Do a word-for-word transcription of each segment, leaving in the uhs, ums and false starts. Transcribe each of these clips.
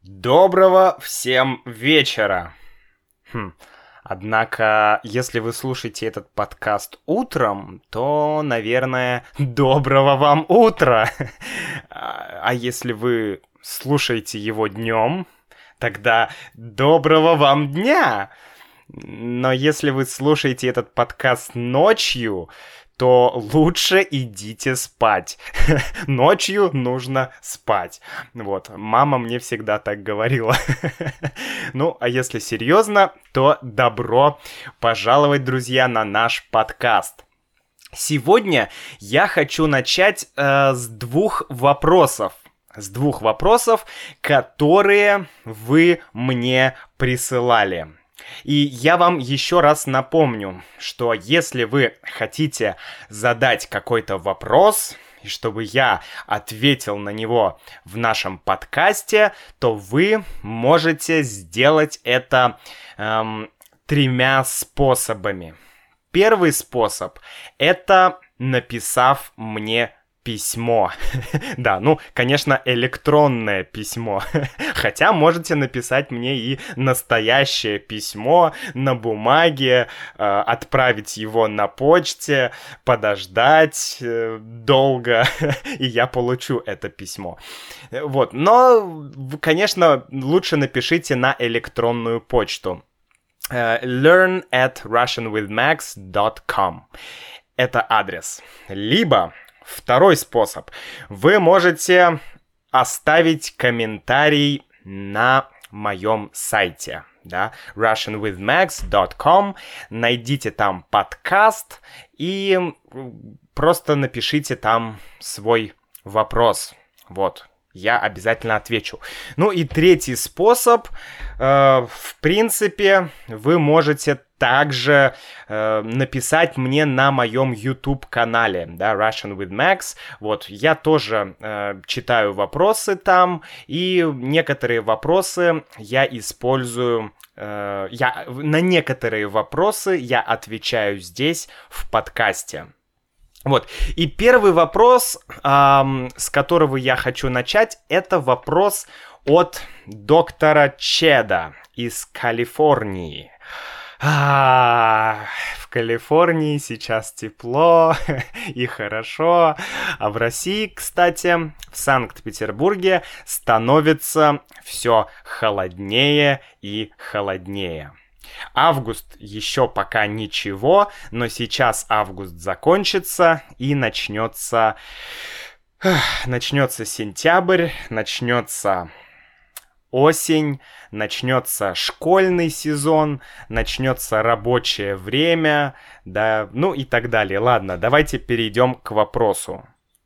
Доброго всем вечера! Хм. Однако, если вы слушаете этот подкаст утром, то, наверное, доброго вам утра! А если вы слушаете его днем, тогда доброго вам дня! Но если вы слушаете этот подкаст ночью, то лучше идите спать. Ночью нужно спать. Вот, мама мне всегда так говорила. Ну, а если серьезно, то добро пожаловать, друзья, на наш подкаст. Сегодня я хочу начать э, с двух вопросов. С двух вопросов, которые вы мне присылали. И я вам еще раз напомню, что если вы хотите задать какой-то вопрос, и чтобы я ответил на него в нашем подкасте, то вы можете сделать это эм, тремя способами. Первый способ — это написав мне письмо. Да, ну, конечно, электронное письмо. Хотя можете написать мне и настоящее письмо на бумаге, э, отправить его на почте, подождать э, долго, и я получу это письмо. Вот, но, конечно, лучше напишите на электронную почту. Uh, learn at russian with max dot com. Это адрес. Либо второй способ. Вы можете оставить комментарий на моем сайте, да, russian with max dot com. Найдите там подкаст и просто напишите там свой вопрос. Вот. Я обязательно отвечу. Ну и третий способ. Э, в принципе, вы можете также э, написать мне на моем YouTube-канале, да, Russian with Max. Вот, я тоже э, читаю вопросы там, и некоторые вопросы я использую... Э, я, на некоторые вопросы я отвечаю здесь, в подкасте. Вот, и первый вопрос, эм, с которого я хочу начать, это вопрос от доктора Чеда из Калифорнии. А, в Калифорнии сейчас тепло и хорошо, а в России, кстати, в Санкт-Петербурге становится все холоднее и холоднее. Август еще пока ничего, но сейчас август закончится и начнется, начнется сентябрь, начнется осень, начнется школьный сезон, начнется рабочее время, да, ну и так далее. Ладно, давайте перейдем к вопросу.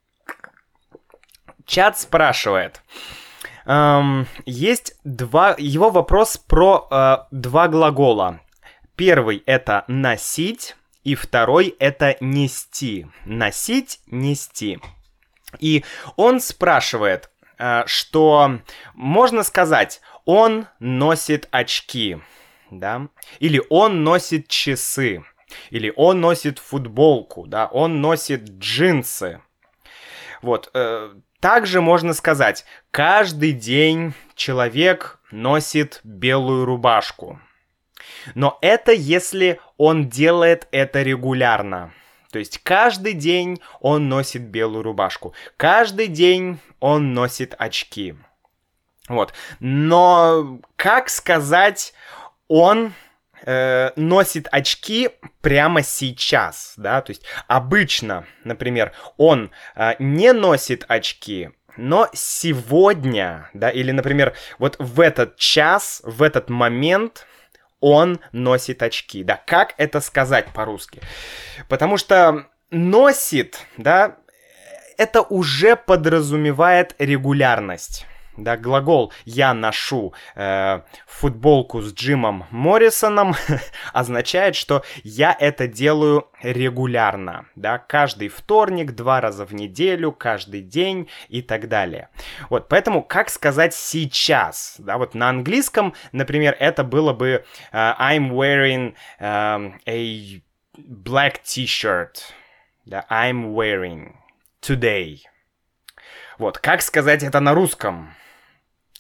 Чат спрашивает. Um, есть два... Его вопрос про uh, два глагола. Первый — это носить, и второй — это нести. Носить, нести. И он спрашивает, uh, что можно сказать, он носит очки, да? Или он носит часы, или он носит футболку, да? Он носит джинсы. Вот, uh, Также можно сказать, каждый день человек носит белую рубашку. Но это если он делает это регулярно. То есть каждый день он носит белую рубашку. Каждый день он носит очки. Вот. Но как сказать, он... носит очки прямо сейчас, да, то есть обычно, например, он э, не носит очки, но сегодня, да, или, например, вот в этот час, в этот момент он носит очки, да, как это сказать по-русски? Потому что носит, да, это уже подразумевает регулярность. Да, глагол «я ношу э, футболку с Джимом Моррисоном» означает, что я это делаю регулярно, да, каждый вторник, два раза в неделю, каждый день и так далее. Вот, поэтому как сказать сейчас, да, вот на английском, например, это было бы uh, I'm wearing um, a black t-shirt, да, I'm wearing today. Вот, как сказать это на русском?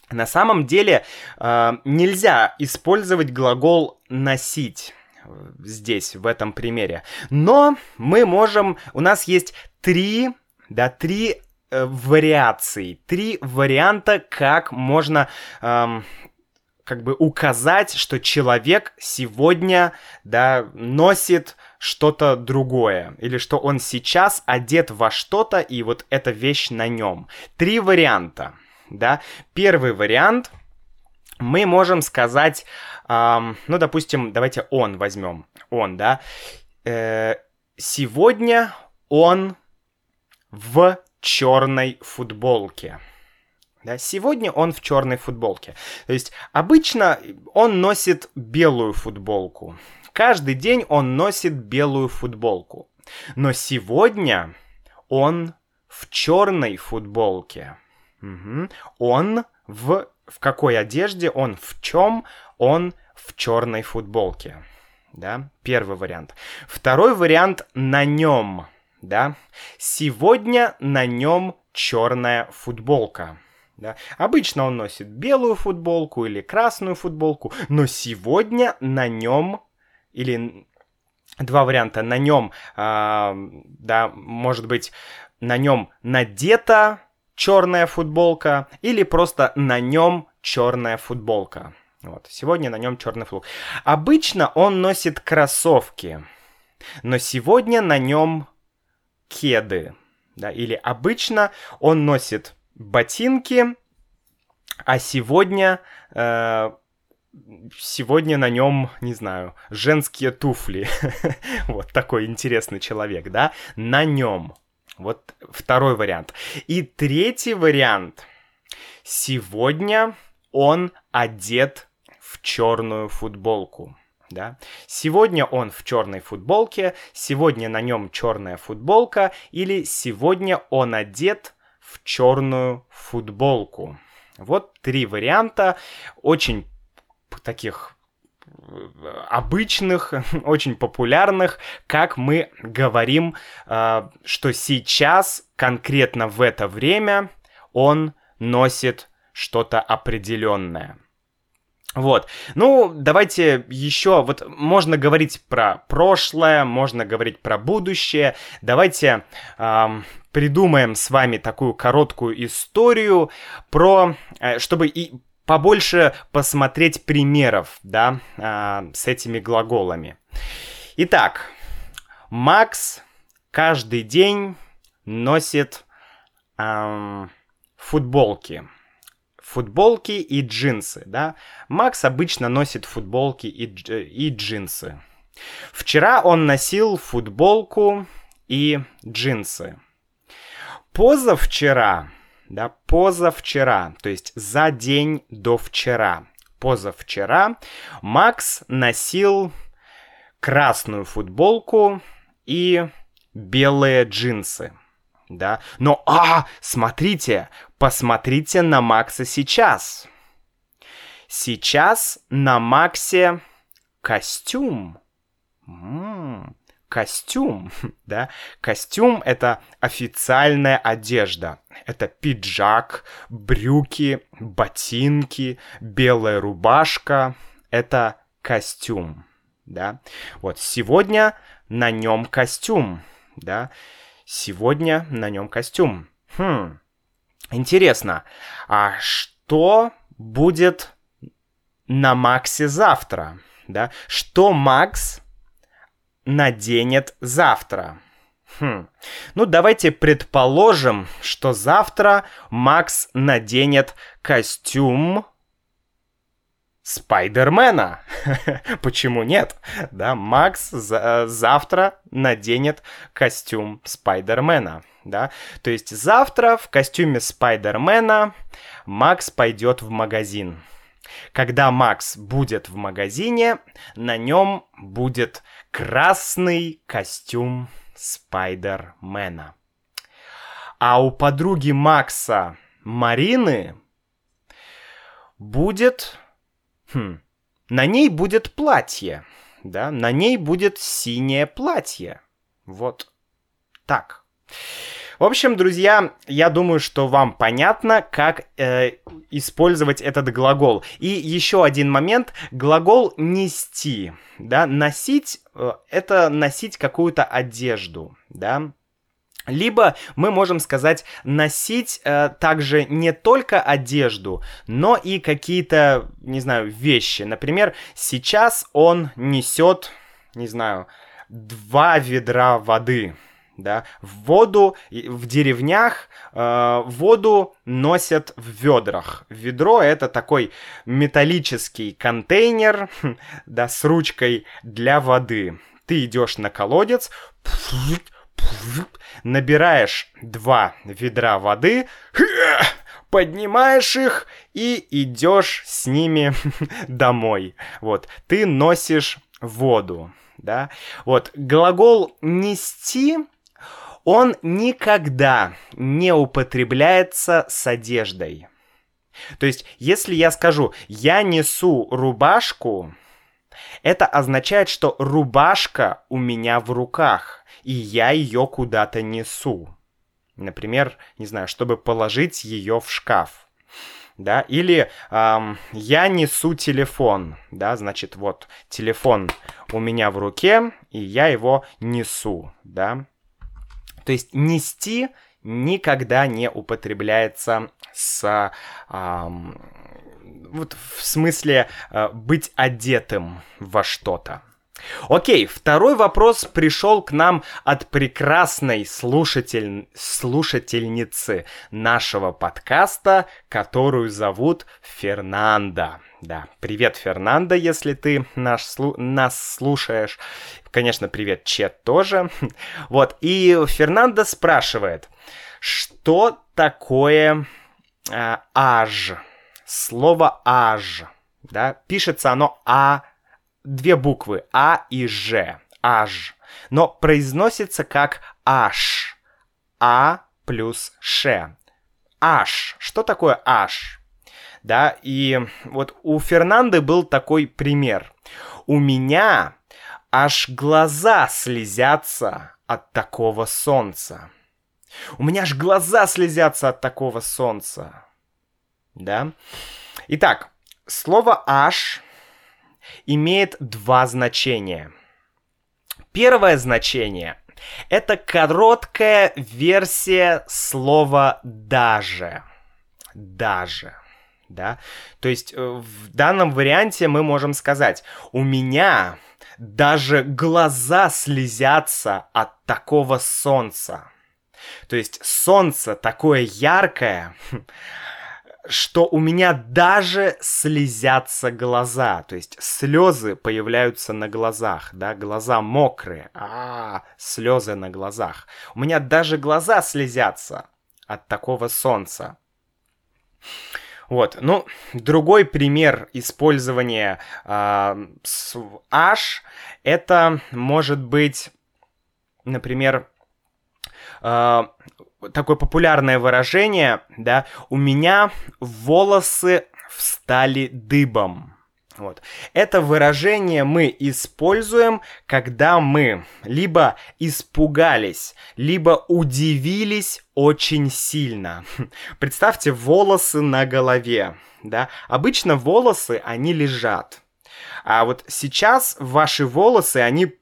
На самом деле э, нельзя использовать глагол «носить» здесь, в этом примере. Но мы можем... У нас есть три, да, три э, вариации, три варианта, как можно... Э, как бы указать, что человек сегодня, да, носит что-то другое, или что он сейчас одет во что-то, и вот эта вещь на нем. Три варианта, да. Первый вариант, мы можем сказать, эм, ну, допустим, давайте он возьмем, он, да. Э, сегодня он в черной футболке. Да, сегодня он в черной футболке. То есть обычно он носит белую футболку. Каждый день он носит белую футболку. Но сегодня он в черной футболке. Угу. Он в... В какой одежде? Он в чем? Он в черной футболке. Да, первый вариант. Второй вариант на нем. Да, сегодня на нем черная футболка. Да. Обычно он носит белую футболку или красную футболку, но сегодня на нем, или два варианта, на нем, э, да, может быть, на нем надета черная футболка, или просто на нем черная футболка. Вот, сегодня на нем черная футболка. Обычно он носит кроссовки, но сегодня на нем кеды. Да, или обычно он носит ботинки, а сегодня, э, сегодня на нем, не знаю, женские туфли. Вот такой интересный человек, да, на нем. Вот второй вариант. И третий вариант. Сегодня он одет в черную футболку. Да? Сегодня он в черной футболке, сегодня на нем черная футболка, или сегодня он одет в черную футболку. Вот три варианта, очень таких обычных, очень популярных, как мы говорим, что сейчас, конкретно в это время, он носит что-то определенное. Вот, ну, давайте еще, вот можно говорить про прошлое, можно говорить про будущее, давайте эм, придумаем с вами такую короткую историю про, э, чтобы и побольше посмотреть примеров, да, э, с этими глаголами. Итак, Макс каждый день носит э, футболки. Футболки и джинсы, да. Макс обычно носит футболки и, дж- и джинсы. Вчера он носил футболку и джинсы. Позавчера, да, позавчера, то есть за день до вчера, позавчера Макс носил красную футболку и белые джинсы. Да, но, а, смотрите, посмотрите на Макса сейчас. Сейчас на Максе костюм. М-м, костюм, да. Костюм — это официальная одежда. Это пиджак, брюки, ботинки, белая рубашка. Это костюм, да. Вот сегодня на нем костюм, да. Сегодня на нем костюм. Хм, интересно, а что будет на Максе завтра? Да? Что Макс наденет завтра? Хм. Ну, давайте предположим, что завтра Макс наденет костюм Спайдермена. Почему нет? Да, Макс за- завтра наденет костюм Спайдермена. Да? То есть завтра в костюме Спайдермена Макс пойдет в магазин. Когда Макс будет в магазине, на нем будет красный костюм Спайдермена. А у подруги Макса, Марины, будет... Хм, на ней будет платье, да, на ней будет синее платье. Вот так. В общем, друзья, я думаю, что вам понятно, как э, использовать этот глагол. И еще один момент. Глагол «нести». Да? Носить э, — это носить какую-то одежду, да? Либо мы можем сказать носить э, также не только одежду, но и какие-то, не знаю, вещи. Например, сейчас он несет, не знаю, два ведра воды. Да? Воду в деревнях э, воду носят в ведрах. Ведро — это такой металлический контейнер, да, с ручкой для воды. Ты идешь на колодец, набираешь два ведра воды, поднимаешь их и идешь с ними домой. Вот, ты носишь воду, да. Вот, глагол «нести», он никогда не употребляется с одеждой. То есть, если я скажу «я несу рубашку», это означает, что рубашка у меня в руках, и я ее куда-то несу. Например, не знаю, чтобы положить ее в шкаф. Да? Или эм, я несу телефон. Да? Значит, вот телефон у меня в руке, и я его несу. Да? То есть нести никогда не употребляется с... Эм, вот в смысле э, быть одетым во что-то. Окей, второй вопрос пришел к нам от прекрасной слушатель... слушательницы нашего подкаста, которую зовут Фернанда. Да, привет, Фернанда, если ты наш слу... нас слушаешь. Конечно, привет, Чет, тоже. Вот, и Фернанда спрашивает, что такое э, аж? Слово аж, да, пишется оно а, две буквы, а и ж, аж, но произносится как аш, а плюс ш, аш. Что такое аш? Да, и вот у Фернанды был такой пример. У меня аж глаза слезятся от такого солнца. У меня аж глаза слезятся от такого солнца. Да? Итак, слово «аж» имеет два значения. Первое значение – это короткая версия слова «даже». «Даже». Да? То есть в данном варианте мы можем сказать «у меня даже глаза слезятся от такого солнца». То есть солнце такое яркое, что у меня даже слезятся глаза. То есть слезы появляются на глазах, да, глаза мокрые, а, слезы на глазах. У меня даже глаза слезятся от такого солнца. Вот, ну, другой пример использования э, аж, это может быть, например, э, такое популярное выражение, да, у меня волосы встали дыбом. Вот. Это выражение мы используем, когда мы либо испугались, либо удивились очень сильно. Представьте волосы на голове, да? Обычно волосы, они лежат. А вот сейчас ваши волосы, они...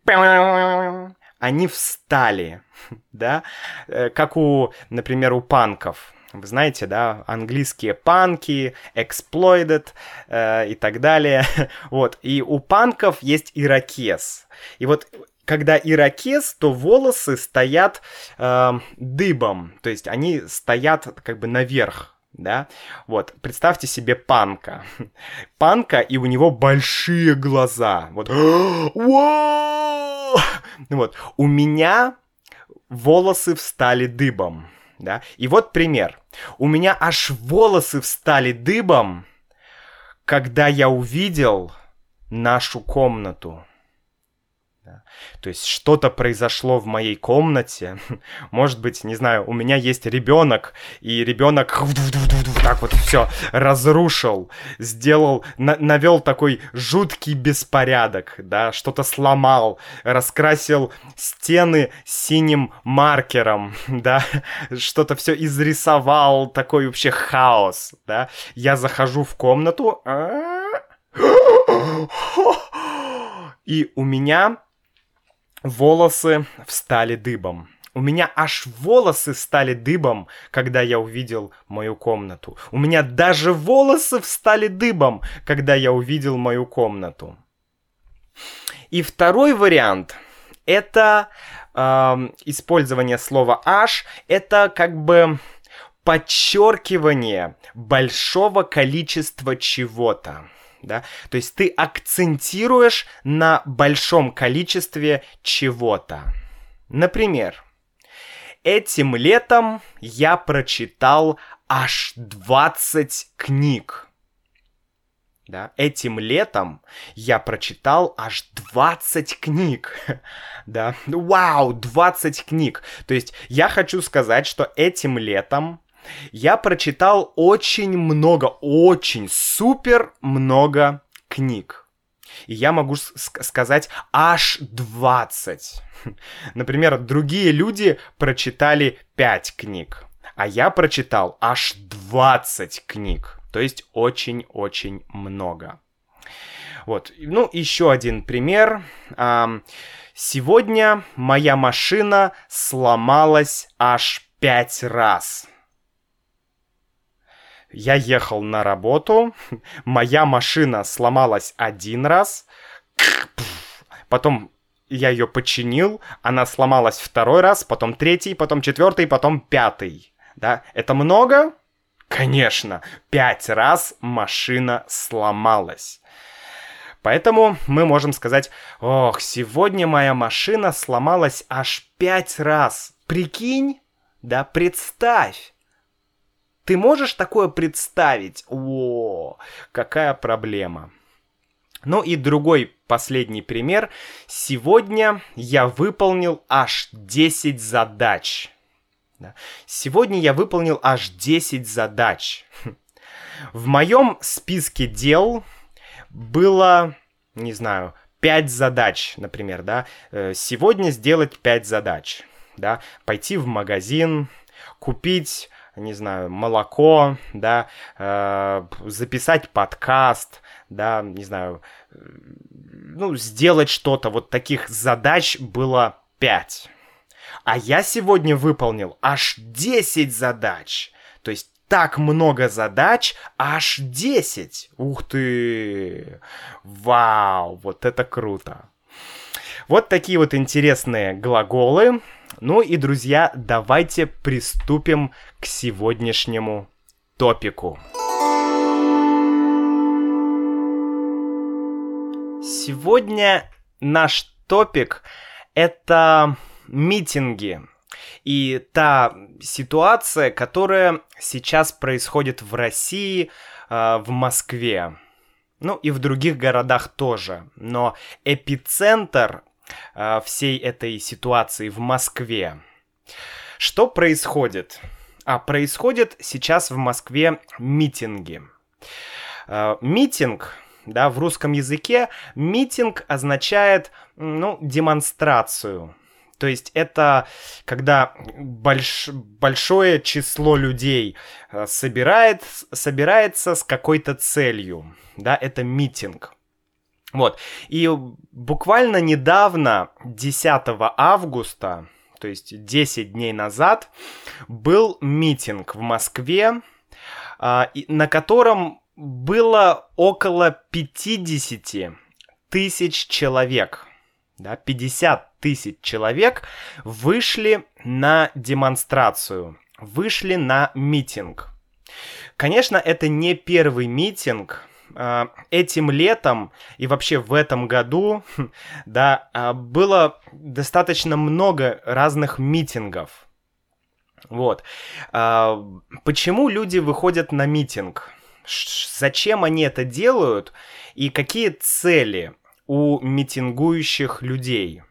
они встали, да? Как у, например, у панков. Вы знаете, да, английские панки, exploited э, и так далее. Вот, и у панков есть ирокез. И вот, когда ирокез, то волосы стоят э, дыбом, то есть они стоят как бы наверх, да. Вот, представьте себе панка. Панка, и у него большие глаза. Вот, вот, у меня волосы встали дыбом. Да? И вот пример. У меня аж волосы встали дыбом, когда я увидел нашу комнату. Да. То есть что-то произошло в моей комнате. Может быть, не знаю, у меня есть ребенок, и ребенок так вот все разрушил, сделал, на- навел такой жуткий беспорядок, да, что-то сломал, раскрасил стены синим маркером, да, что-то все изрисовал, такой вообще хаос, да. Я захожу в комнату, и у меня волосы встали дыбом. У меня аж волосы стали дыбом, когда я увидел мою комнату. У меня даже волосы встали дыбом, когда я увидел мою комнату. И второй вариант — это э, использование слова аж. Это как бы подчеркивание большого количества чего-то. Да? То есть ты акцентируешь на большом количестве чего-то. Например, этим летом я прочитал аж двадцать книг. Да? Этим летом я прочитал аж двадцать книг. Да? Вау, двадцать книг. То есть я хочу сказать, что этим летом я прочитал очень много, очень супер много книг. И я могу с- сказать аж двадцать. Например, другие люди прочитали пять книг, а я прочитал аж двадцать книг. То есть очень-очень много. Вот, ну, еще один пример. Сегодня моя машина сломалась аж пять раз. Я ехал на работу, моя машина сломалась один раз, потом я ее починил, она сломалась второй раз, потом третий, потом четвертый, потом пятый. Да? Это много? Конечно, пять раз машина сломалась. Поэтому мы можем сказать: ох, сегодня моя машина сломалась аж пять раз. Прикинь? Да, представь. Ты можешь такое представить? О, какая проблема. Ну и другой, последний пример. Сегодня я выполнил аж десять задач. Сегодня я выполнил аж десять задач. В моем списке дел было, не знаю, пять задач, например, да. Сегодня сделать пять задач, да. Пойти в магазин, купить, не знаю, молоко, да, э, записать подкаст, да, не знаю, э, ну, сделать что-то. Вот таких задач было пять. А я сегодня выполнил аж десять задач. То есть так много задач, аж десять. Ух ты! Вау, вот это круто. Вот такие вот интересные глаголы. Ну и, друзья, давайте приступим к сегодняшнему топику. Сегодня наш топик — это митинги. И та ситуация, которая сейчас происходит в России, в Москве. Ну и в других городах тоже. Но эпицентр всей этой ситуации в Москве. Что происходит? А происходит сейчас в Москве митинги. Митинг, да, в русском языке митинг означает, ну, демонстрацию. То есть это когда больш... большое число людей собирает... собирается с какой-то целью. Да, это митинг. Вот. И буквально недавно, десятого августа, то есть десять дней назад, был митинг в Москве, на котором было около пятьдесят тысяч человек. Да, пятьдесят тысяч человек вышли на демонстрацию, вышли на митинг. Конечно, это не первый митинг. Этим летом и вообще в этом году, да, было достаточно много разных митингов. Вот. Почему люди выходят на митинг? Зачем они это делают? И какие цели у митингующих людей.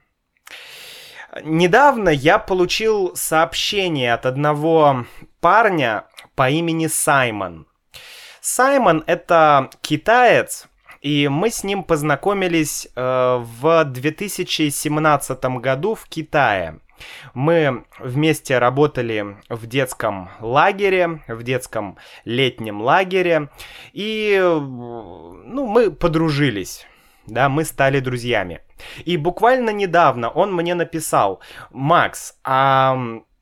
Недавно я получил сообщение от одного парня по имени Саймон. Саймон — это китаец, и мы с ним познакомились э, в две тысячи семнадцатом году в Китае. Мы вместе работали в детском лагере, в детском летнем лагере, и ну, мы подружились. Да, мы стали друзьями. И буквально недавно он мне написал: «Макс, а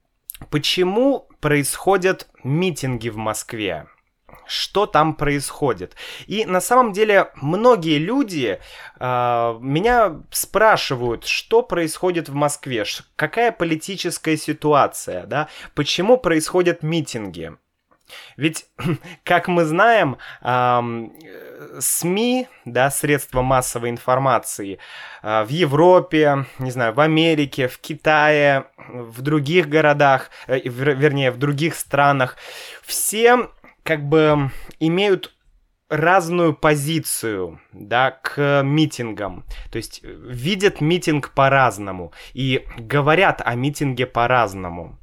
почему происходят митинги в Москве? Что там происходит?» И на самом деле многие люди э, меня спрашивают, что происходит в Москве, какая политическая ситуация, да, почему происходят митинги. Ведь, как мы знаем, э, СМИ, да, средства массовой информации э, в Европе, не знаю, в Америке, в Китае, в других городах, э, вернее, в других странах, все как бы имеют разную позицию, да, к митингам. То есть видят митинг по-разному и говорят о митинге по-разному.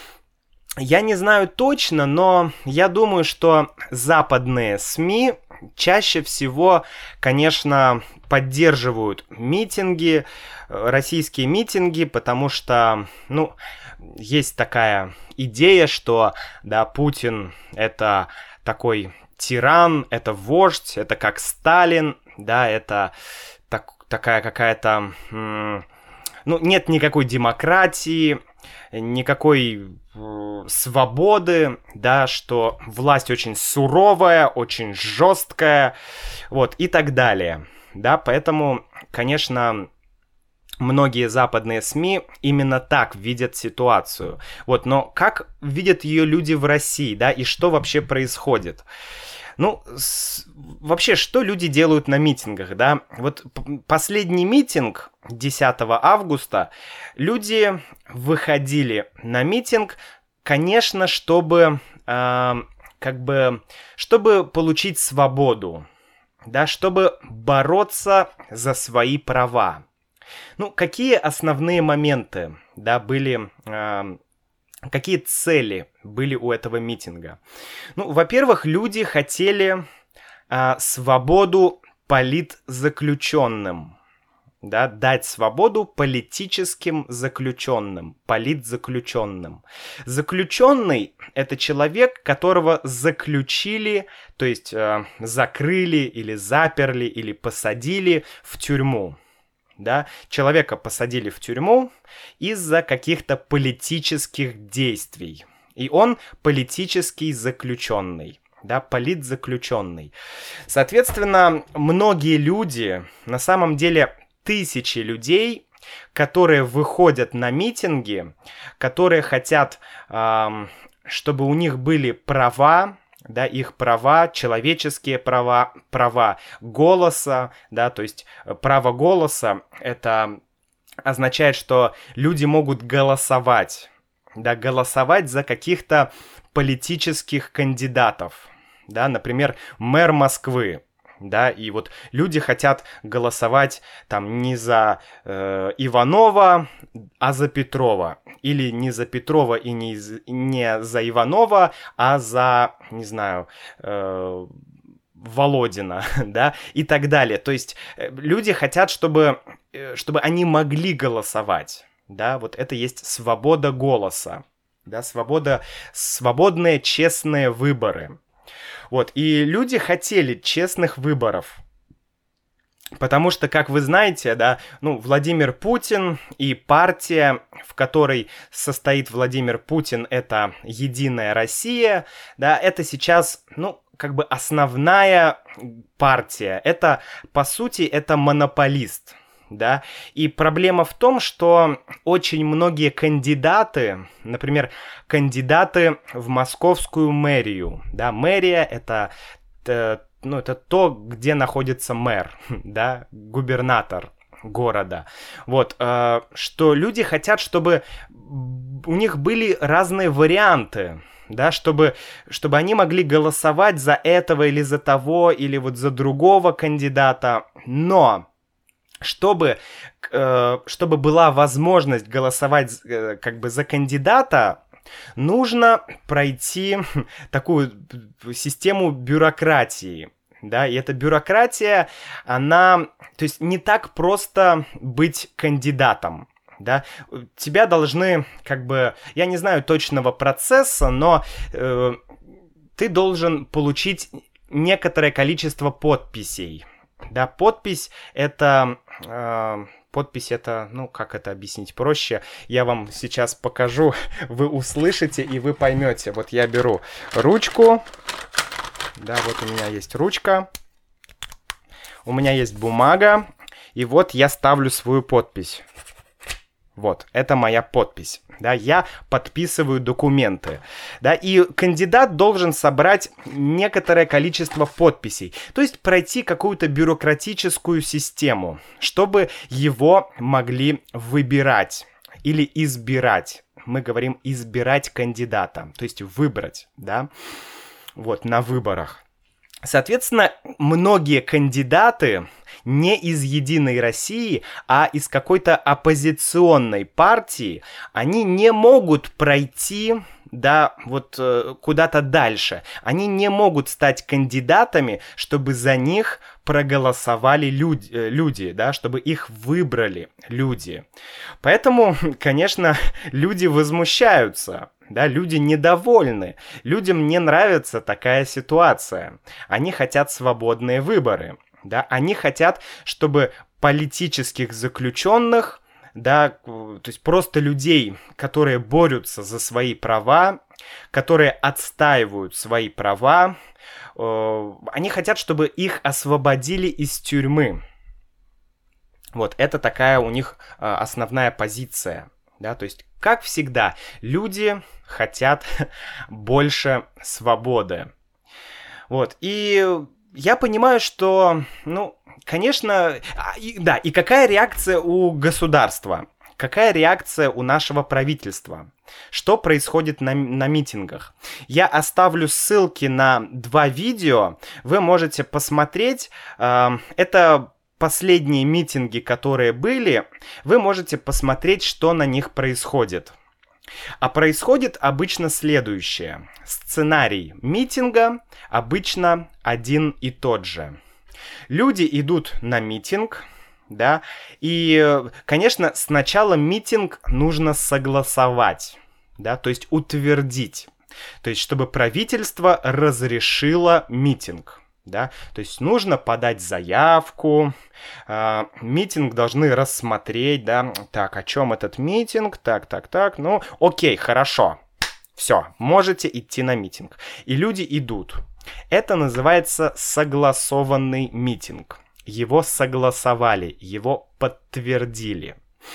Я не знаю точно, но я думаю, что западные СМИ чаще всего, конечно, поддерживают митинги, российские митинги, потому что, ну, есть такая идея, что, да, Путин — это такой тиран, это вождь, это как Сталин, да, это так, такая какая-то, м- ну, нет никакой демократии, никакой э, свободы, да, что власть очень суровая, очень жесткая, вот, и так далее, да, поэтому, конечно, многие западные СМИ именно так видят ситуацию, вот, но как видят ее люди в России, да, и что вообще происходит? Ну, с... вообще, что люди делают на митингах, да? Вот последний митинг десятого августа, люди выходили на митинг, конечно, чтобы, э, как бы, чтобы получить свободу, да, чтобы бороться за свои права. Ну, какие основные моменты, да, были... Э, Какие цели были у этого митинга? Ну, во-первых, люди хотели а, свободу политзаключенным, да, дать свободу политическим заключенным, политзаключенным. Заключенный — это человек, которого заключили, то есть а, закрыли или заперли или посадили в тюрьму. Да, человека посадили в тюрьму из-за каких-то политических действий. И он политический заключенный, да, политзаключенный. Соответственно, многие люди, на самом деле тысячи людей, которые выходят на митинги, которые хотят, э, чтобы у них были права, да, их права, человеческие права, права голоса, да, то есть право голоса — это означает, что люди могут голосовать, да, голосовать за каких-то политических кандидатов, да, например, мэр Москвы. Да, и вот люди хотят голосовать там не за э, Иванова, а за Петрова. Или не за Петрова и не, не за Иванова, а за, не знаю, э, Володина, да, и так далее. То есть люди хотят, чтобы, чтобы они могли голосовать. Да, вот это есть свобода голоса. Да, свобода, свободные, честные выборы. Вот, и люди хотели честных выборов, потому что, как вы знаете, да, ну, Владимир Путин и партия, в которой состоит Владимир Путин, это «Единая Россия», да, это сейчас, ну, как бы основная партия, это, по сути, это монополист. Да, и проблема в том, что очень многие кандидаты, например, кандидаты в московскую мэрию, да, мэрия — это, это, ну, это то, где находится мэр, да, губернатор города, вот, э, что люди хотят, чтобы у них были разные варианты, да, чтобы, чтобы они могли голосовать за этого или за того, или вот за другого кандидата, но чтобы, э, чтобы была возможность голосовать э, как бы за кандидата, нужно пройти такую систему бюрократии. Да, и эта бюрократия, она, то есть не так просто быть кандидатом, да, тебя должны, как бы, я не знаю точного процесса, но э, ты должен получить некоторое количество подписей, да, подпись это, э, подпись это, ну, как это объяснить проще, я вам сейчас покажу, вы услышите и вы поймете, вот я беру ручку. Да, вот у меня есть ручка, у меня есть бумага, и вот я ставлю свою подпись. Вот, это моя подпись, да, я подписываю документы, да, и кандидат должен собрать некоторое количество подписей, то есть пройти какую-то бюрократическую систему, чтобы его могли выбирать или избирать. Мы говорим избирать кандидата, то есть выбрать, да. Вот, на выборах. Соответственно, многие кандидаты не из «Единой России», а из какой-то оппозиционной партии, они не могут пройти, да, вот э, куда-то дальше. Они не могут стать кандидатами, чтобы за них проголосовали люди, э, люди, да, чтобы их выбрали люди. Поэтому, конечно, люди возмущаются. Да, люди недовольны, людям не нравится такая ситуация, они хотят свободные выборы, да, они хотят, чтобы политических заключенных, да, то есть просто людей, которые борются за свои права, которые отстаивают свои права, э, они хотят, чтобы их освободили из тюрьмы. Вот, это такая у них э, основная позиция. Да, то есть, как всегда, люди хотят больше свободы. Вот, и я понимаю, что, ну, конечно, и, да, и какая реакция у государства? Какая реакция у нашего правительства? Что происходит на, на митингах? Я оставлю ссылки на два видео, вы можете посмотреть. Э, это... Последние митинги, которые были, вы можете посмотреть, что на них происходит. А происходит обычно следующее. Сценарий митинга обычно один и тот же. Люди идут на митинг, да, и, конечно, сначала митинг нужно согласовать, да, то есть утвердить, то есть чтобы правительство разрешило митинг. Да? То есть нужно подать заявку, э, митинг должны рассмотреть, да, так, о чем этот митинг, так, так, так, ну, окей, хорошо, все, можете идти на митинг. И люди идут. Это называется согласованный митинг. Его согласовали, его подтвердили.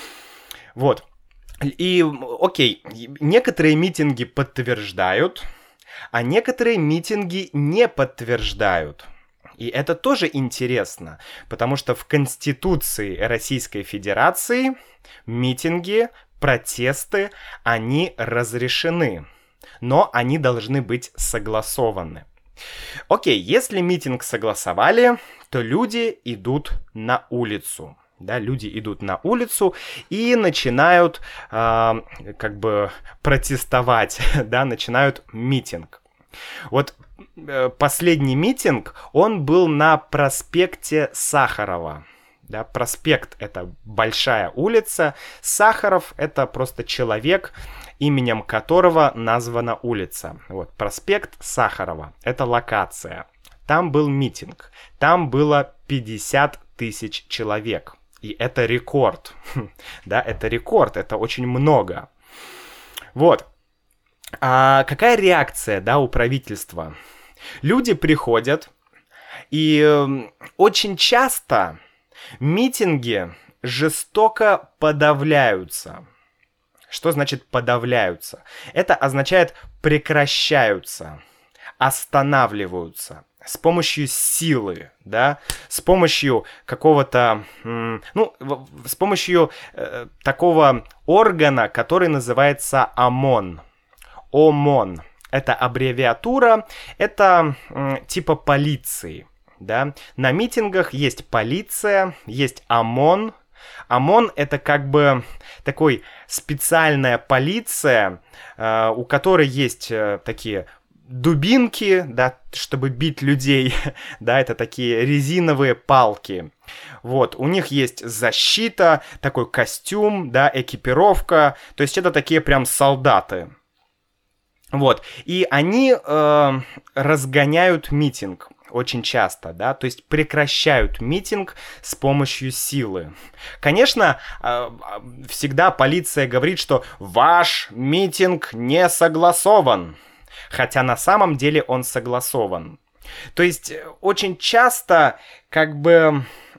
Вот. И, окей, некоторые митинги подтверждают, а некоторые митинги не подтверждают. И это тоже интересно, потому что в Конституции Российской Федерации митинги, протесты, они разрешены, но они должны быть согласованы. Окей, если митинг согласовали, то люди идут на улицу. Да, люди идут на улицу и начинают э, как бы протестовать, да, начинают митинг. Вот э, последний митинг, он был на проспекте Сахарова. Да, проспект — это большая улица, Сахаров — это просто человек, именем которого названа улица. Вот, проспект Сахарова — это локация. Там был митинг, там было пятьдесят тысяч человек. И это рекорд, да, это рекорд, это очень много. Вот. А какая реакция, да, у правительства? Люди приходят, и э, очень часто митинги жестоко подавляются. Что значит подавляются? Это означает прекращаются, останавливаются. С помощью силы, да, с помощью какого-то, ну, с помощью э, такого органа, который называется ОМОН. ОМОН. Это аббревиатура, это э, типа полиции, да. На митингах есть полиция, есть ОМОН. ОМОН — это как бы такой специальная полиция, э, у которой есть э, такие дубинки, да, чтобы бить людей, да, это такие резиновые палки. Вот, у них есть защита, такой костюм, да, экипировка, то есть это такие прям солдаты. Вот, и они э, разгоняют митинг очень часто, да, то есть прекращают митинг с помощью силы. Конечно, э, всегда полиция говорит, что ваш митинг не согласован, хотя на самом деле он согласован. То есть очень часто как бы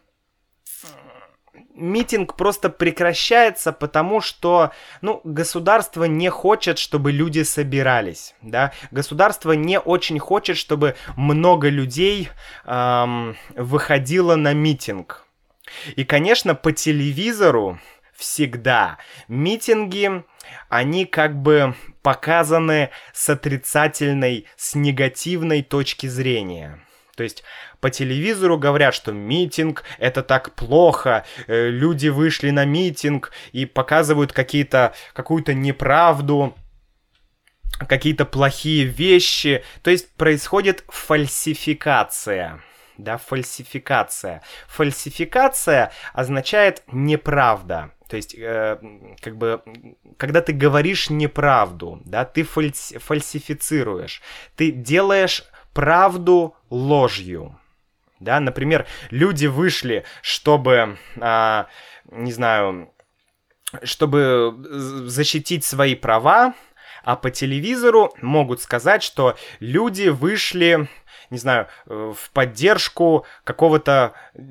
митинг просто прекращается, потому что, ну, государство не хочет, чтобы люди собирались, да. Государство не очень хочет, чтобы много людей эм, выходило на митинг. И, конечно, по телевизору всегда митинги, они как бы показаны с отрицательной, с негативной точки зрения. То есть по телевизору говорят, что митинг — это так плохо, э, люди вышли на митинг и показывают какие-то, какую-то неправду, какие-то плохие вещи. То есть происходит фальсификация. Да, фальсификация. Фальсификация означает неправда. То есть, э, как бы, когда ты говоришь неправду, да, ты фальси- фальсифицируешь, ты делаешь правду ложью. Да, например, люди вышли, чтобы, а, не знаю, чтобы защитить свои права, а по телевизору могут сказать, что люди вышли, не знаю, в поддержку какого-то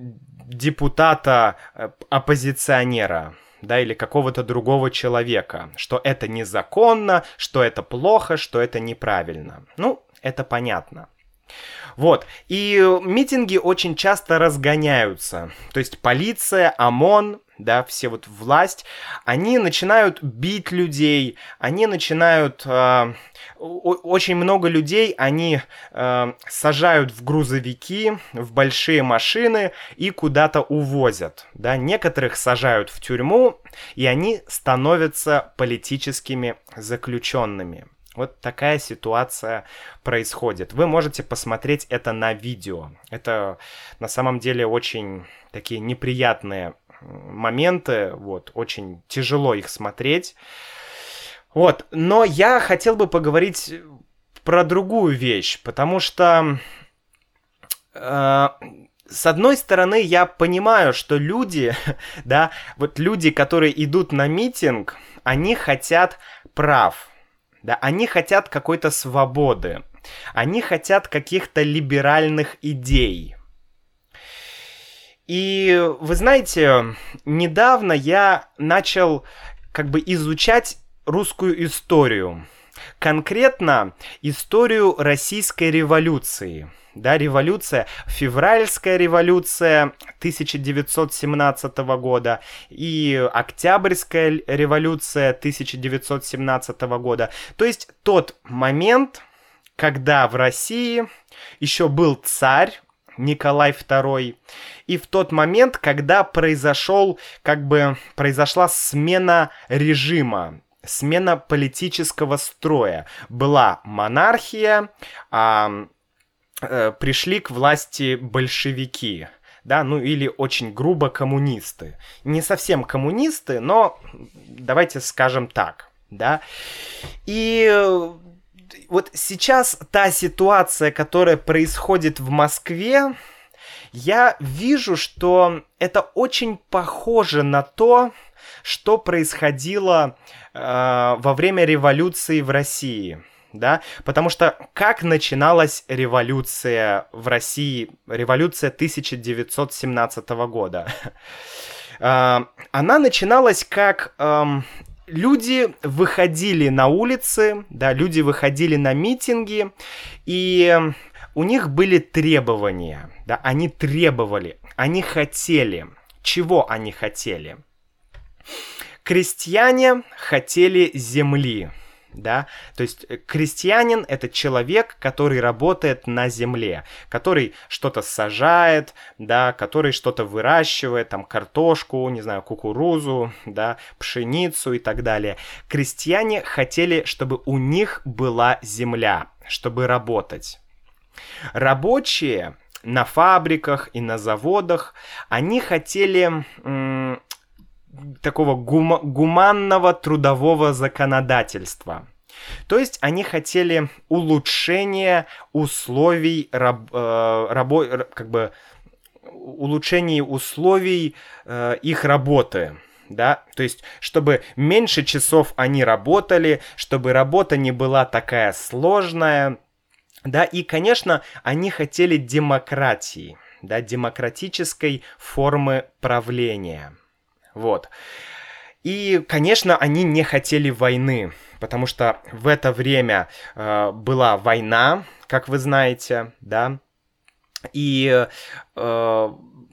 депутата-оппозиционера, да, или какого-то другого человека, что это незаконно, что это плохо, что это неправильно. Ну, это понятно. Вот, и митинги очень часто разгоняются, то есть полиция, ОМОН, да, все вот власть, они начинают бить людей, они начинают, э, очень много людей они э, сажают в грузовики, в большие машины и куда-то увозят, да, некоторых сажают в тюрьму, и они становятся политическими заключенными. Вот такая ситуация происходит. Вы можете посмотреть это на видео. Это на самом деле очень такие неприятные моменты. Вот, очень тяжело их смотреть. Вот, но я хотел бы поговорить про другую вещь, потому что э, с одной стороны я понимаю, что люди, да, вот люди, которые идут на митинг, они хотят прав. Да, они хотят какой-то свободы, они хотят каких-то либеральных идей. И вы знаете, недавно я начал как бы изучать русскую историю, конкретно историю Российской революции. Да, революция, февральская революция тысяча девятьсот семнадцатого года и Октябрьская революция тысяча девятьсот семнадцатого года. То есть тот момент, когда в России еще был царь Николай второй, и в тот момент, когда произошел, как бы, произошла смена режима, смена политического строя. Была монархия, а пришли к власти большевики, да, ну или очень грубо коммунисты. Не совсем коммунисты, но давайте скажем так, да. И вот сейчас та ситуация, которая происходит в Москве, я вижу, что это очень похоже на то, что происходило э, во время революции в России. Да? Потому что как начиналась революция в России, революция тысяча девятьсот семнадцатого года? Она начиналась как люди выходили на улицы, да, люди выходили на митинги, и у них были требования, да, они требовали, они хотели. Чего они хотели? Крестьяне хотели земли. да, то есть крестьянин — это человек, который работает на земле, который что-то сажает, да, который что-то выращивает, там, картошку, не знаю, кукурузу, да, пшеницу и так далее. Крестьяне хотели, чтобы у них была земля, чтобы работать. Рабочие на фабриках и на заводах, они хотели м- такого гум- гуманного трудового законодательства. То есть они хотели улучшения условий раб- э- рабо- как бы улучшения условий э- их работы. Да, то есть, чтобы меньше часов они работали, чтобы работа не была такая сложная. Да, и, конечно, они хотели демократии, да, демократической формы правления. Вот. И, конечно, они не хотели войны, потому что в это время э, была война, как вы знаете, да, и э,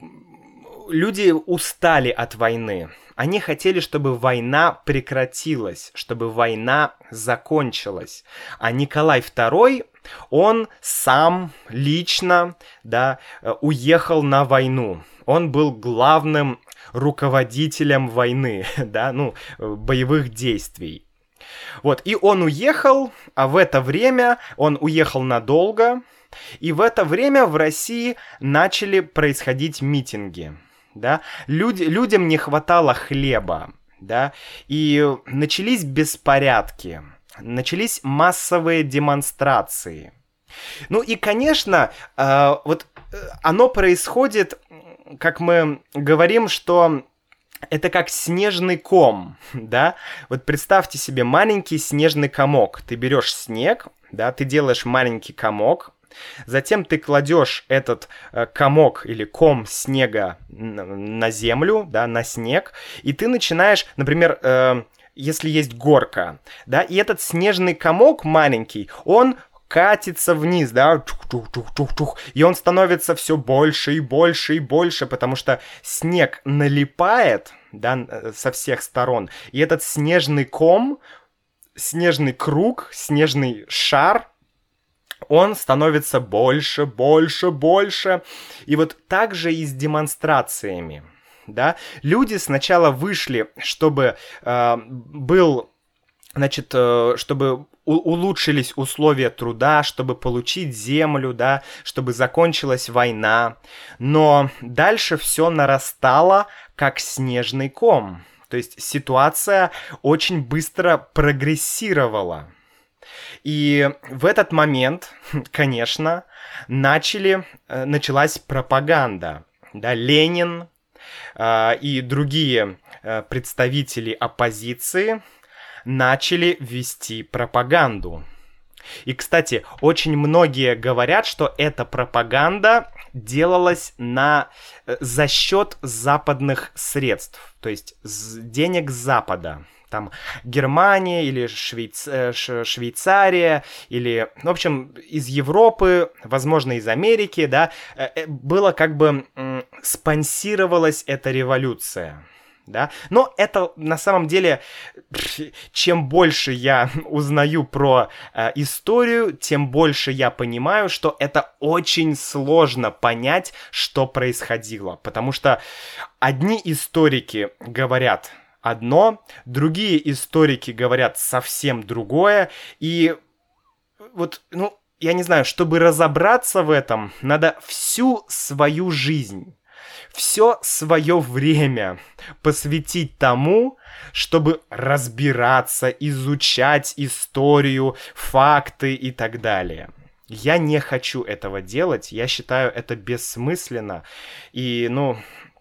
люди устали от войны. Они хотели, чтобы война прекратилась, чтобы война закончилась. А Николай второй, он сам лично, да, уехал на войну. Он был главным руководителем войны, да, ну, боевых действий. Вот, и он уехал, а в это время он уехал надолго, и в это время в России начали происходить митинги. Да? Люди, людям не хватало хлеба, да, и начались беспорядки, начались массовые демонстрации. Ну и, конечно, э, вот оно происходит, как мы говорим, что это как снежный ком, да, вот представьте себе маленький снежный комок, ты берешь снег, да, ты делаешь маленький комок, затем ты кладешь этот э, комок или ком снега на, на землю, да, на снег, и ты начинаешь, например, э, если есть горка, да, и этот снежный комок маленький, он катится вниз, да, чух-чух-чух-чух, и он становится все больше и больше и больше, потому что снег налипает, да, со всех сторон, и этот снежный ком, снежный круг, снежный шар, он становится больше, больше, больше. И вот так же и с демонстрациями. Да? Люди сначала вышли, чтобы э, был, значит, э, чтобы у- улучшились условия труда, чтобы получить землю, да, чтобы закончилась война. Но дальше все нарастало, как снежный ком. То есть ситуация очень быстро прогрессировала. И в этот момент, конечно, начали, началась пропаганда. Да, Ленин э, и другие э, представители оппозиции начали вести пропаганду. И, кстати, очень многие говорят, что эта пропаганда делалась на, за счет западных средств, то есть денег Запада. Там Германия или Швейц... Швейцария, или, в общем, из Европы, возможно, из Америки, да, было как бы спонсировалась эта революция. Да? Но это на самом деле, чем больше я узнаю про э, историю, тем больше я понимаю, что это очень сложно понять, что происходило. Потому что одни историки говорят одно, другие историки говорят совсем другое. И вот, ну, я не знаю, чтобы разобраться в этом, надо всю свою жизнь, все свое время посвятить тому, чтобы разбираться, изучать историю, факты и так далее. Я не хочу этого делать, я считаю это бессмысленно. И, ну,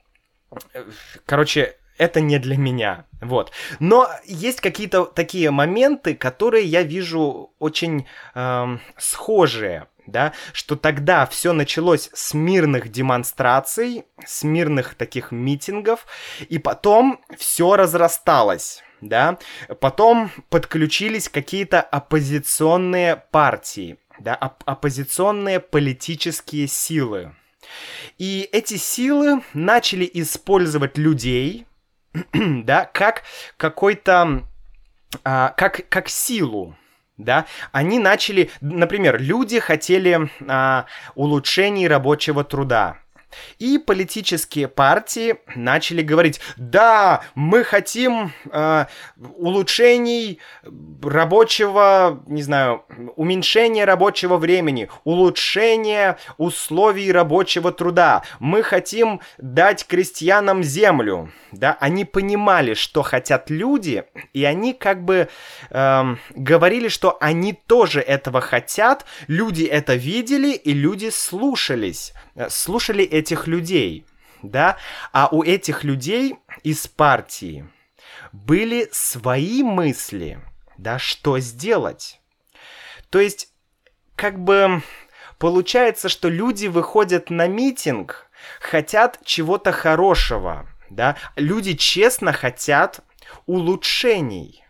короче, это не для меня, вот. Но есть какие-то такие моменты, которые я вижу очень эм, схожие. Да, что тогда все началось с мирных демонстраций, с мирных таких митингов, и потом все разрасталось, да, потом подключились какие-то оппозиционные партии, да, оп- оппозиционные политические силы, и эти силы начали использовать людей, да, как какой-то а, как, как силу. Да, они начали, например, люди хотели а, улучшений рабочего труда. И политические партии начали говорить: да, мы хотим э, улучшений рабочего, не знаю, уменьшения рабочего времени, улучшения условий рабочего труда. Мы хотим дать крестьянам землю. Да, они понимали, что хотят люди, и они как бы э, говорили, что они тоже этого хотят. Люди это видели, и люди слушались, слушали этих людей, да, а у этих людей из партии были свои мысли, да, что сделать. То есть, как бы получается, что люди выходят на митинг, хотят чего-то хорошего, да, люди честно хотят улучшений.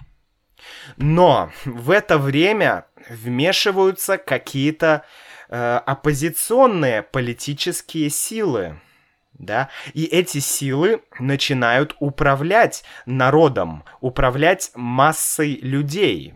Но в это время вмешиваются какие-то э, оппозиционные политические силы, да, и эти силы начинают управлять народом, управлять массой людей.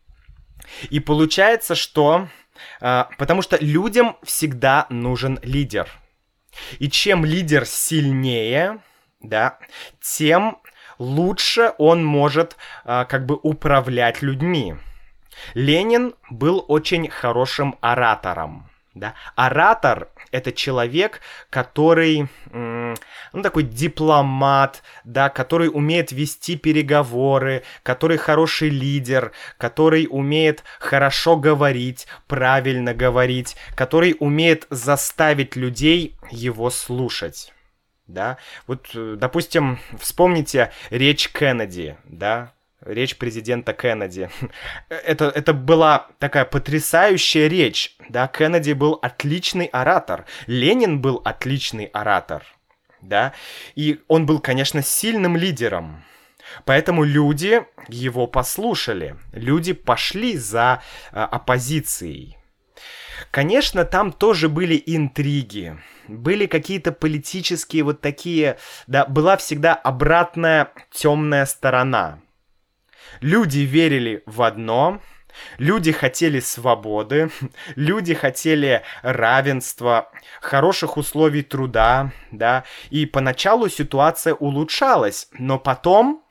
И получается, что... Э, потому что людям всегда нужен лидер. И чем лидер сильнее, да, тем лучше он может э, как бы управлять людьми. Ленин был очень хорошим оратором. Да? Оратор — это человек, который, м- ну, такой дипломат, да, который умеет вести переговоры, который хороший лидер, который умеет хорошо говорить, правильно говорить, который умеет заставить людей его слушать. Да? Вот, допустим, вспомните речь Кеннеди, да, речь президента Кеннеди. Это, это была такая потрясающая речь, да, Кеннеди был отличный оратор, Ленин был отличный оратор, да, и он был, конечно, сильным лидером. Поэтому люди его послушали, люди пошли за а, оппозицией. Конечно, там тоже были интриги, были какие-то политические вот такие, да, была всегда обратная темная сторона. Люди верили в одно, люди хотели свободы, люди хотели равенства, хороших условий труда, да, и поначалу ситуация улучшалась, но потом,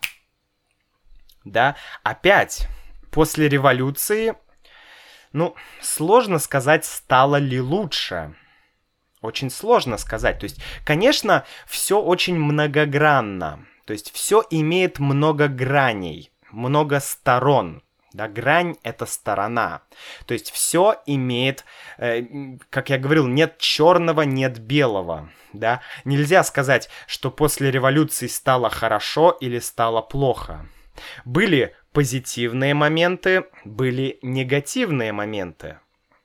да, опять, после революции, ну, сложно сказать, стало ли лучше. Очень сложно сказать. То есть, конечно, все очень многогранно. То есть, все имеет много граней, много сторон. Да, грань — это сторона. То есть, все имеет, э, как я говорил, нет черного, нет белого. Да? Нельзя сказать, что после революции стало хорошо или стало плохо. Были позитивные моменты, были негативные моменты.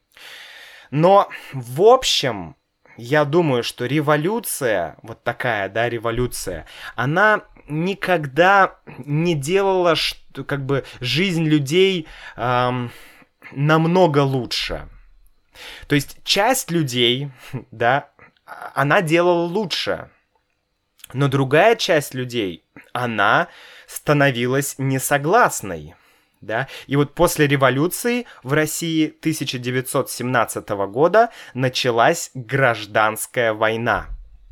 Но, в общем, я думаю, что революция, вот такая, да, революция, она никогда не делала, что, как бы, жизнь людей эм, намного лучше. То есть часть людей, да, она делала лучше, но другая часть людей, она становилась несогласной. Да? И вот после революции в России тысяча девятьсот семнадцатого года началась гражданская война.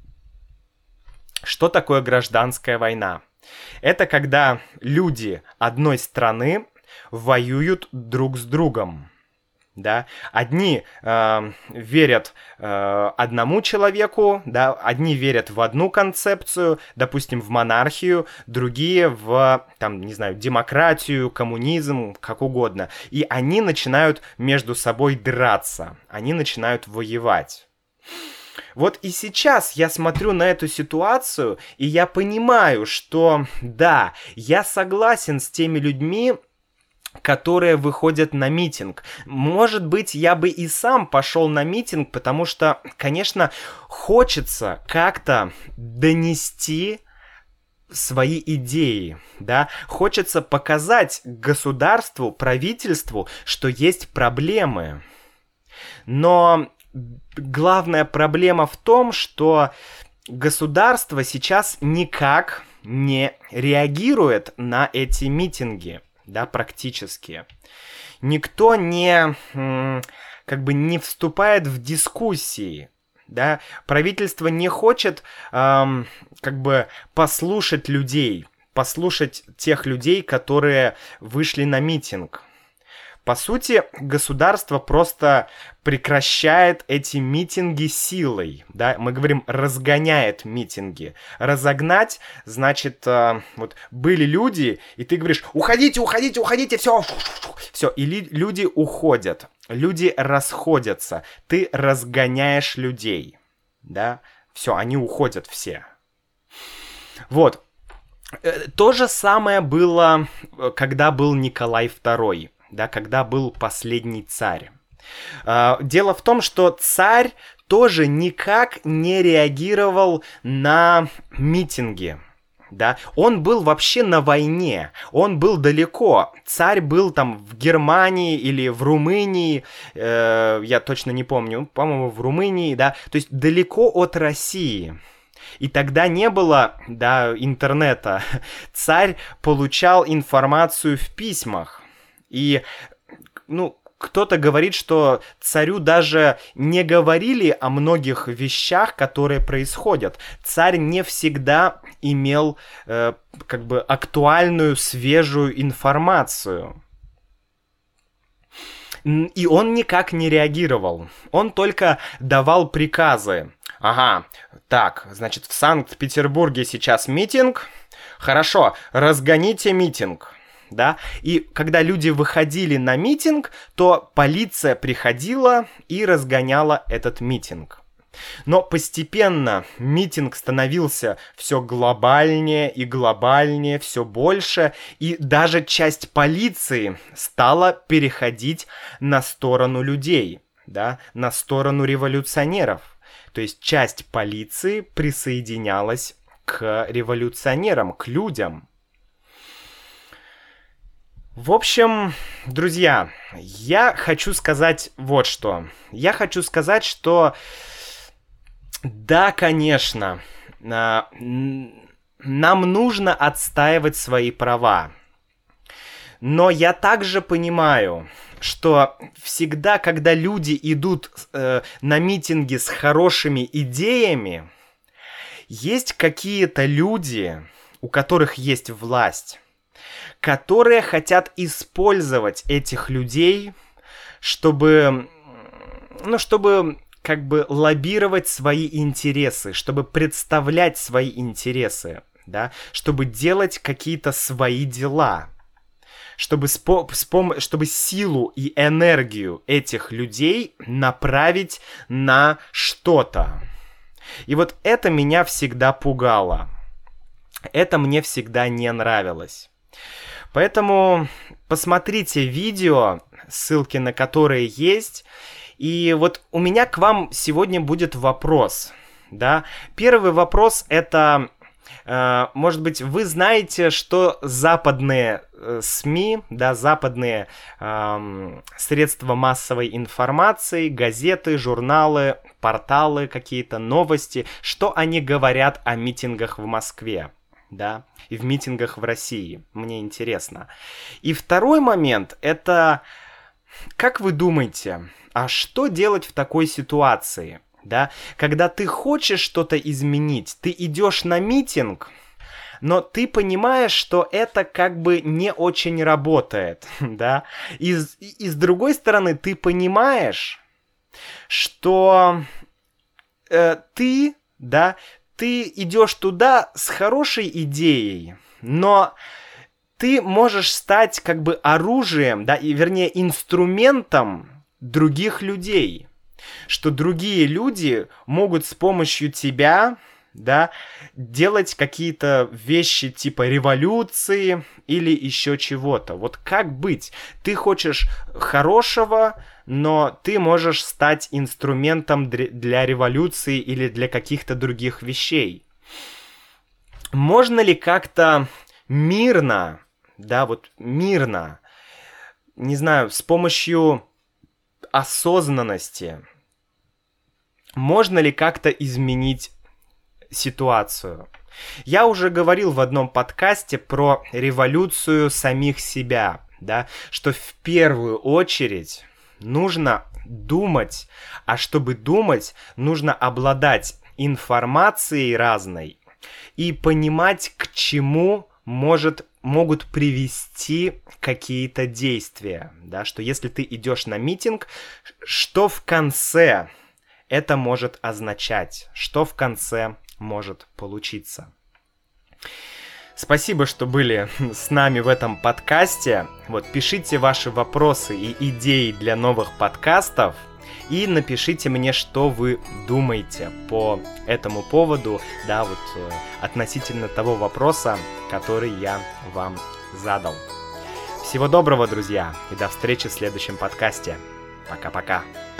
Что такое гражданская война? Это когда люди одной страны воюют друг с другом. Да? Одни э, верят э, одному человеку, да? Одни верят в одну концепцию, допустим, в монархию, другие в, там, не знаю, демократию, коммунизм, как угодно. И они начинают между собой драться, они начинают воевать. Вот и сейчас я смотрю на эту ситуацию, и я понимаю, что да, я согласен с теми людьми, которые выходят на митинг. Может быть, я бы и сам пошел на митинг, потому что, конечно, хочется как-то донести свои идеи, да, хочется показать государству, правительству, что есть проблемы. Но главная проблема в том, что государство сейчас никак не реагирует на эти митинги. да, практически. Никто не, как бы не вступает в дискуссии, да, правительство не хочет, эм, как бы, послушать людей, послушать тех людей, которые вышли на митинг. По сути, государство просто прекращает эти митинги силой, да, мы говорим, разгоняет митинги. Разогнать, значит, э, вот были люди, и ты говоришь, уходите, уходите, уходите, все, все, и ли, люди уходят, люди расходятся, ты разгоняешь людей, да, все, они уходят все. Вот, то же самое было, когда был Николай второй. Да, когда был последний царь. Дело в том, что царь тоже никак не реагировал на митинги. Да? Он был вообще на войне, он был далеко. Царь был там в Германии или в Румынии, э, я точно не помню, по-моему, в Румынии, да, то есть далеко от России. И тогда не было, да, интернета. Царь получал информацию в письмах. И, ну, кто-то говорит, что царю даже не говорили о многих вещах, которые происходят. Царь не всегда имел, э, как бы, актуальную, свежую информацию. И он никак не реагировал. Он только давал приказы. Ага, так, значит, в Санкт-Петербурге сейчас митинг. Хорошо, разгоните митинг. Да? И когда люди выходили на митинг, то полиция приходила и разгоняла этот митинг. Но постепенно митинг становился все глобальнее и глобальнее, все больше, и даже часть полиции стала переходить на сторону людей, да? На сторону революционеров. То есть часть полиции присоединялась к революционерам, к людям. В общем, друзья, я хочу сказать вот что. Я хочу сказать, что да, конечно, нам нужно отстаивать свои права. Но я также понимаю, что всегда, когда люди идут э, на митинги с хорошими идеями, есть какие-то люди, у которых есть власть, которые хотят использовать этих людей, чтобы, ну, чтобы как бы лоббировать свои интересы, чтобы представлять свои интересы, да, чтобы делать какие-то свои дела, чтобы, спо- спом- чтобы силу и энергию этих людей направить на что-то. И вот это меня всегда пугало. Это мне всегда не нравилось. Поэтому посмотрите видео, ссылки на которые есть. И вот у меня к вам сегодня будет вопрос. Да? Первый вопрос это, э, может быть, вы знаете, что западные э, СМИ, да, западные э, средства массовой информации, газеты, журналы, порталы, какие-то новости, что они говорят о митингах в Москве? Да, и в митингах в России. Мне интересно. И второй момент, это, как вы думаете, а что делать в такой ситуации? Да? Когда ты хочешь что-то изменить, ты идешь на митинг, но ты понимаешь, что это как бы не очень работает. Да? И, и с другой стороны, ты понимаешь, что э, ты, да, ты идешь туда с хорошей идеей, но ты можешь стать как бы оружием, да, и вернее инструментом других людей. Что другие люди могут с помощью тебя, да, делать какие-то вещи типа революции или еще чего-то. Вот как быть? Ты хочешь хорошего, но ты можешь стать инструментом для революции или для каких-то других вещей. Можно ли как-то мирно, да, вот мирно, не знаю, с помощью осознанности, можно ли как-то изменить ситуацию? Я уже говорил в одном подкасте про революцию самих себя, да, что в первую очередь нужно думать, а чтобы думать, нужно обладать информацией разной и понимать, к чему может, могут привести какие-то действия, да, что если ты идешь на митинг, что в конце это может означать, что в конце может получиться. Спасибо, что были с нами в этом подкасте. Вот, пишите ваши вопросы и идеи для новых подкастов. И напишите мне, что вы думаете по этому поводу, да, вот относительно того вопроса, который я вам задал. Всего доброго, друзья, и до встречи в следующем подкасте. Пока-пока.